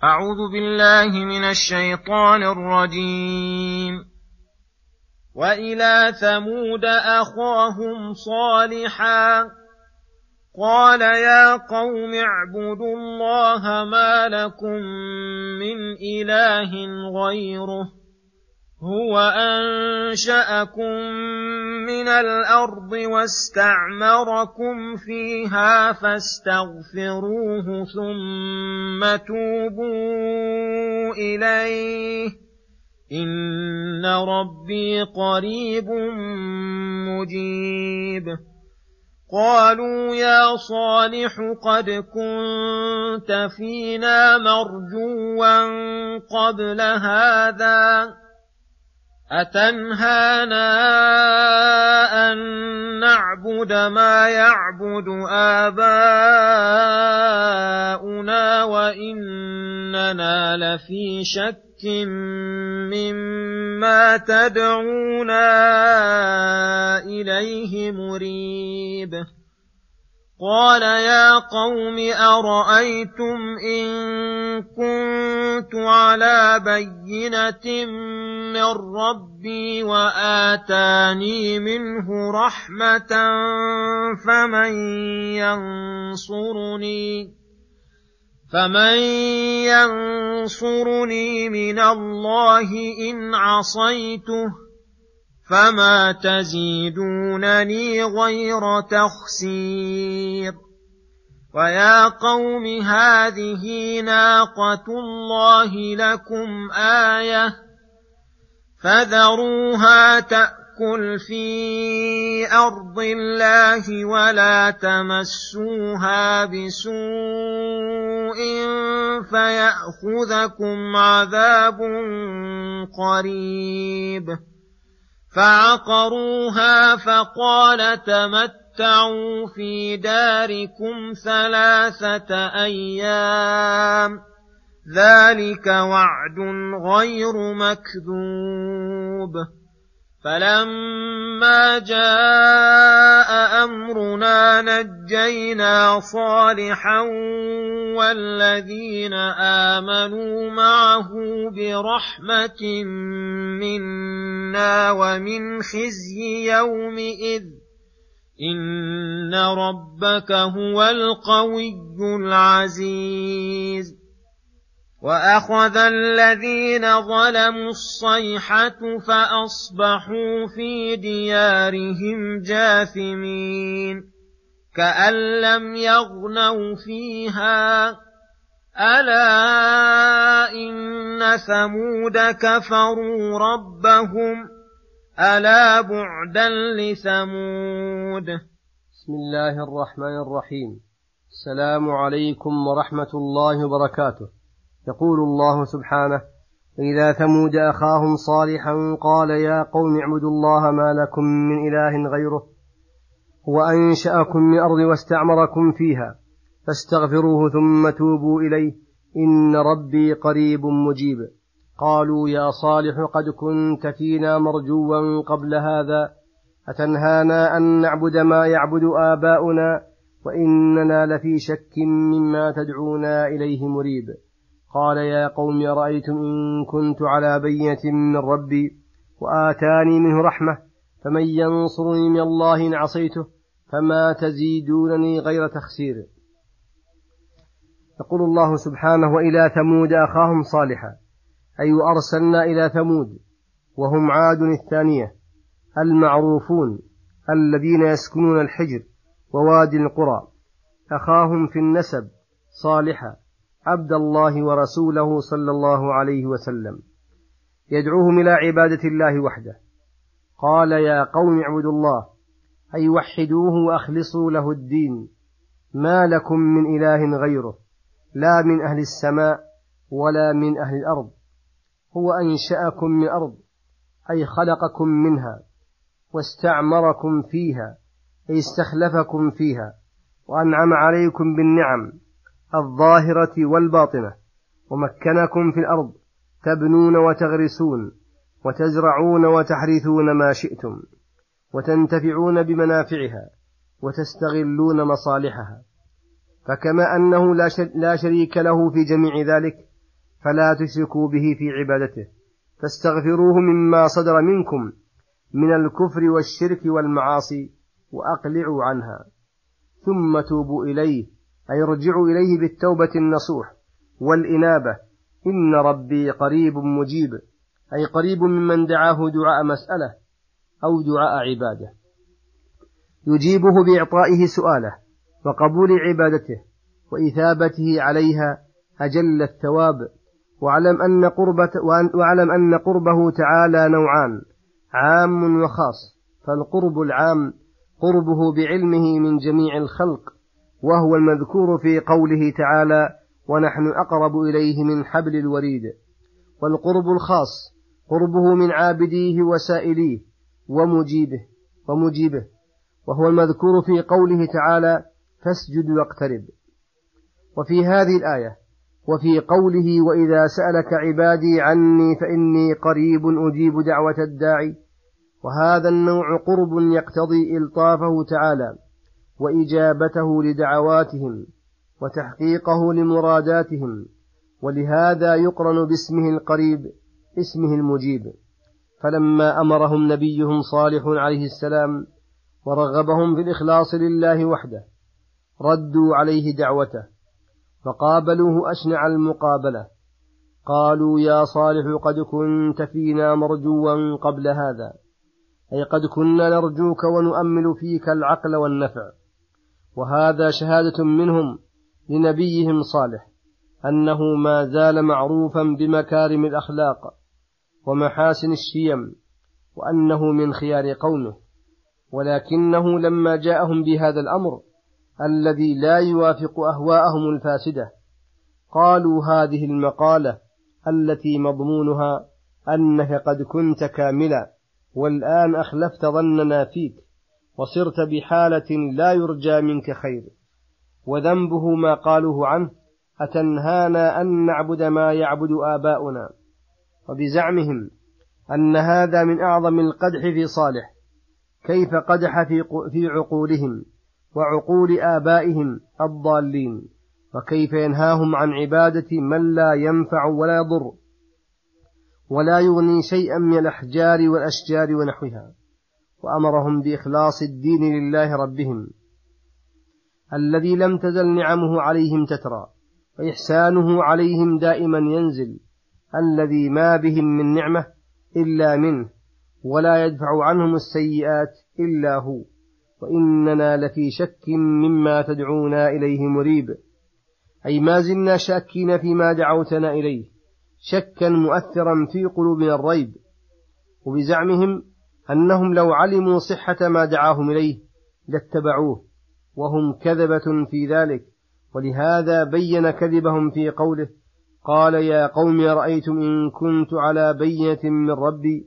أعوذ بالله من الشيطان الرجيم. وإلى ثمود أخاهم صالحا قال يا قوم اعبدوا الله ما لكم من إله غيره هو أنشأكم من الأرض واستعمركم فيها فاستغفروه ثم توبوا إليه إن ربي قريب مجيب. قالوا يا صالح قد كنت فينا مرجوا قبل هذا أتنهانا أن نعبد ما يعبد آباؤنا وإننا لفي شك مما تدعونا إليه مريب. قال يا قوم أرأيتم إن كنت على بينة من ربي وآتاني منه رحمة فمن ينصرني من الله إن عصيته فما تزيدونني غير تخسير. ويا قوم هذه ناقة الله لكم آية فذروها تأكل في أرض الله ولا تمسوها بسوء فيأخذكم عذاب قريب. فعقروها فقال تمتعوا في داركم 3 أيام ذلك وعد غير مكذوب. فلما جاء أمرنا نجينا صالحا والذين آمنوا معه برحمة منا ومن خزي يومئذ إن ربك هو القوي العزيز. وأخذ الذين ظلموا الصيحة فأصبحوا في ديارهم جاثمين كأن لم يغنوا فيها ألا إن ثمود كفروا ربهم ألا بعدا لثمود. بسم الله الرحمن الرحيم. السلام عليكم ورحمة الله وبركاته. يقول الله سبحانه: إذا ثمود أخاهم صالحا قال يا قوم اعبدوا الله ما لكم من إله غيره هو أنشأكم من الأرض واستعمركم فيها فاستغفروه ثم توبوا إليه إن ربي قريب مجيب. قالوا يا صالح قد كنت فينا مرجوا قبل هذا أتنهانا أن نعبد ما يعبد آباؤنا وإننا لفي شك مما تدعونا إليه مريب. قال يا قوم أرأيتم إن كنت على بينة من ربي وآتاني منه رحمة فمن ينصرني من الله إن عصيته فما تزيدونني غير تخسير. يقول الله سبحانه: وإلى ثمود أخاهم صالحا، أي أرسلنا إلى ثمود وهم عاد الثانية المعروفون الذين يسكنون الحجر ووادي القرى، أخاهم في النسب صالحا عبد الله ورسوله صلى الله عليه وسلم، يدعوهم إلى عبادة الله وحده. قال يا قوم اعبدوا الله، أي وحدوه وأخلصوا له الدين، ما لكم من إله غيره لا من أهل السماء ولا من أهل الأرض. هو أنشأكم من الأرض أي خلقكم منها واستعمركم فيها أي استخلفكم فيها وأنعم عليكم بالنعم الظاهرة والباطنة ومكنكم في الأرض تبنون وتغرسون وتزرعون وتحرثون ما شئتم وتنتفعون بمنافعها وتستغلون مصالحها. فكما أنه لا شريك له في جميع ذلك فلا تشركوا به في عبادته، فاستغفروه مما صدر منكم من الكفر والشرك والمعاصي وأقلعوا عنها، ثم توبوا إليه، أي ارجعوا إليه بالتوبة النصوح والإنابة. إن ربي قريب مجيب، أي قريب ممن دعاه دعاء مسألة أو دعاء عبادة، يجيبه بإعطائه سؤاله وقبول عبادته وإثابته عليها أجل الثواب. واعلم أن قربه تعالى نوعان، عام وخاص. فالقرب العام قربه بعلمه من جميع الخلق، وهو المذكور في قوله تعالى: ونحن أقرب إليه من حبل الوريد. والقرب الخاص قربه من عابديه وسائليه ومجيبه، وهو المذكور في قوله تعالى: فاسجد واقترب. وفي هذه الآية وفي قوله: وإذا سألك عبادي عني فإني قريب أجيب دعوة الداعي. وهذا النوع قرب يقتضي إلطافه تعالى وإجابته لدعواتهم وتحقيقه لمراداتهم، ولهذا يقرن باسمه القريب اسمه المجيب. فلما أمرهم نبيهم صالح عليه السلام ورغبهم في الإخلاص لله وحده، ردوا عليه دعوته فقابلوه أشنع المقابلة، قالوا: يا صالح قد كنت فينا مرجوا قبل هذا، أي قد كنا نرجوك ونؤمل فيك العقل والنفع. وهذا شهادة منهم لنبيهم صالح أنه ما زال معروفا بمكارم الأخلاق ومحاسن الشيم، وأنه من خيار قومه. ولكنه لما جاءهم بهذا الأمر الذي لا يوافق أهواءهم الفاسدة، قالوا هذه المقالة التي مضمونها أنك قد كنت كاملا، والآن أخلفت ظننا فيك وصرت بحالة لا يرجى منك خير. وذنبه ما قالوه عنه: أتنهانا أن نعبد ما يعبد آباؤنا. وبزعمهم أن هذا من أعظم القدح في صالح، كيف قدح في عقولهم وعقول آبائهم الضالين، وكيف ينهاهم عن عبادة من لا ينفع ولا يضر ولا يغني شيئا من الأحجار والأشجار ونحوها، وأمرهم بإخلاص الدين لله ربهم الذي لم تزل نعمه عليهم تترى وإحسانه عليهم دائما ينزل، الذي ما بهم من نعمة إلا منه، ولا يدفع عنهم السيئات إلا هو، وإننا لفي شك مما تدعونا إليه مريب، أي ما زلنا شاكين فيما دعوتنا إليه، شكا مؤثرا في قلوبنا الريب. وبزعمهم أنهم لو علموا صحة ما دعاهم إليه لاتبعوه، وهم كذبة في ذلك. ولهذا بين كذبهم في قوله: قال يا قوم رأيتم إن كنت على بينة من ربي،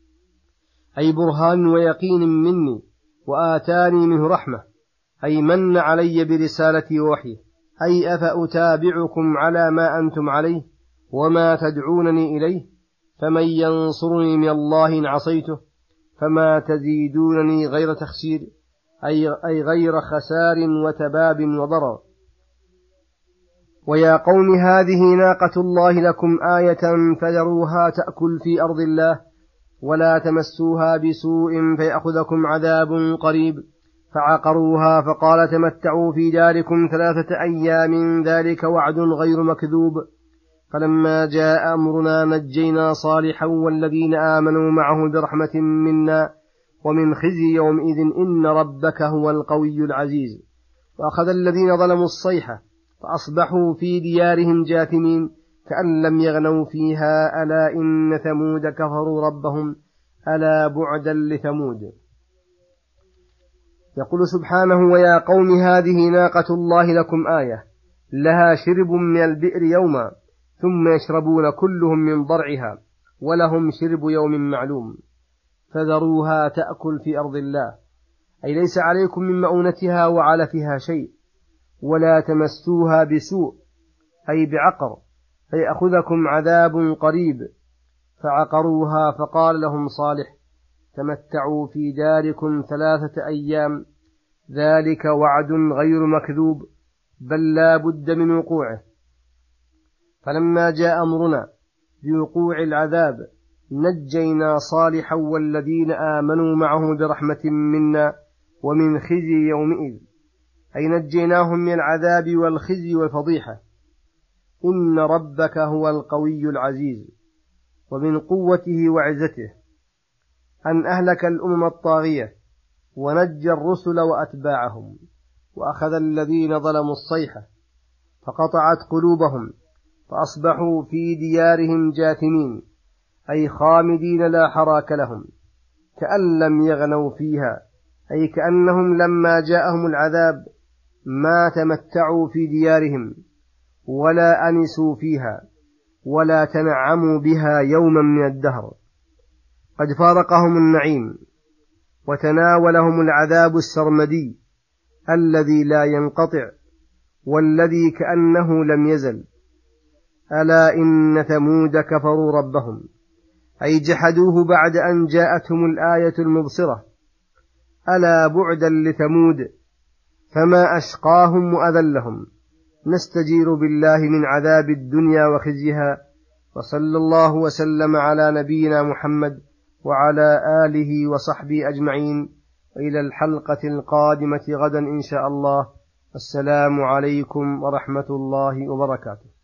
أي برهان ويقين مني، وآتاني منه رحمة، أي من علي برسالتي ووحيه، أي أفأتابعكم على ما أنتم عليه وما تدعونني إليه، فمن ينصرني من الله إن عصيته، فما تزيدونني غير تخسير، أي غير خسار وتباب وضرر. ويا قوم هذه ناقة الله لكم آية فذروها تأكل في أرض الله ولا تمسوها بسوء فيأخذكم عذاب قريب، فعقروها فقال تمتعوا في داركم 3 أيام ذلك وعد غير مكذوب. فلما جاء أمرنا نجينا صالحا والذين آمنوا معه برحمة منا ومن خزي يومئذ إن ربك هو القوي العزيز. وأخذ الذين ظلموا الصيحة فأصبحوا في ديارهم جاثمين كأن لم يغنوا فيها ألا إن ثمود كفروا ربهم ألا بعدا لثمود. يقول سبحانه: ويا قوم هذه ناقة الله لكم آية لها شرب من البئر يوما ثم يشربون كلهم من ضرعها ولهم شرب يوم معلوم، فذروها تأكل في أرض الله، أي ليس عليكم من مؤونتها وعلفها شيء، ولا تمسوها بسوء أي بعقر، فيأخذكم عذاب قريب. فعقروها فقال لهم صالح تمتعوا في داركم 3 أيام ذلك وعد غير مكذوب بل لا بد من وقوعه. فلما جاء أمرنا بوقوع العذاب نجينا صالحا والذين آمنوا معه برحمة منا ومن خزي يومئذ، أي نجيناهم من العذاب والخزي والفضيحة. إن ربك هو القوي العزيز. ومن قوته وعزته أن أهلك الأمم الطاغية ونجى الرسل وأتباعهم، وأخذ الذين ظلموا الصيحة فقطعت قلوبهم فأصبحوا في ديارهم جاثمين، أي خامدين لا حراك لهم، كأن لم يغنوا فيها، أي كأنهم لما جاءهم العذاب ما تمتعوا في ديارهم ولا أنسوا فيها ولا تنعموا بها يوما من الدهر. قد فارقهم النعيم وتناولهم العذاب السرمدي الذي لا ينقطع والذي كأنه لم يزل. ألا إن ثمود كفروا ربهم، أي جحدوه بعد أن جاءتهم الآية المبصرة. ألا بعدا لثمود، فما أشقاهم وأذلهم. نستجير بالله من عذاب الدنيا وخزيها. وصلى الله وسلم على نبينا محمد وعلى آله وصحبه أجمعين، وإلى الحلقة القادمة غدا إن شاء الله. السلام عليكم ورحمة الله وبركاته.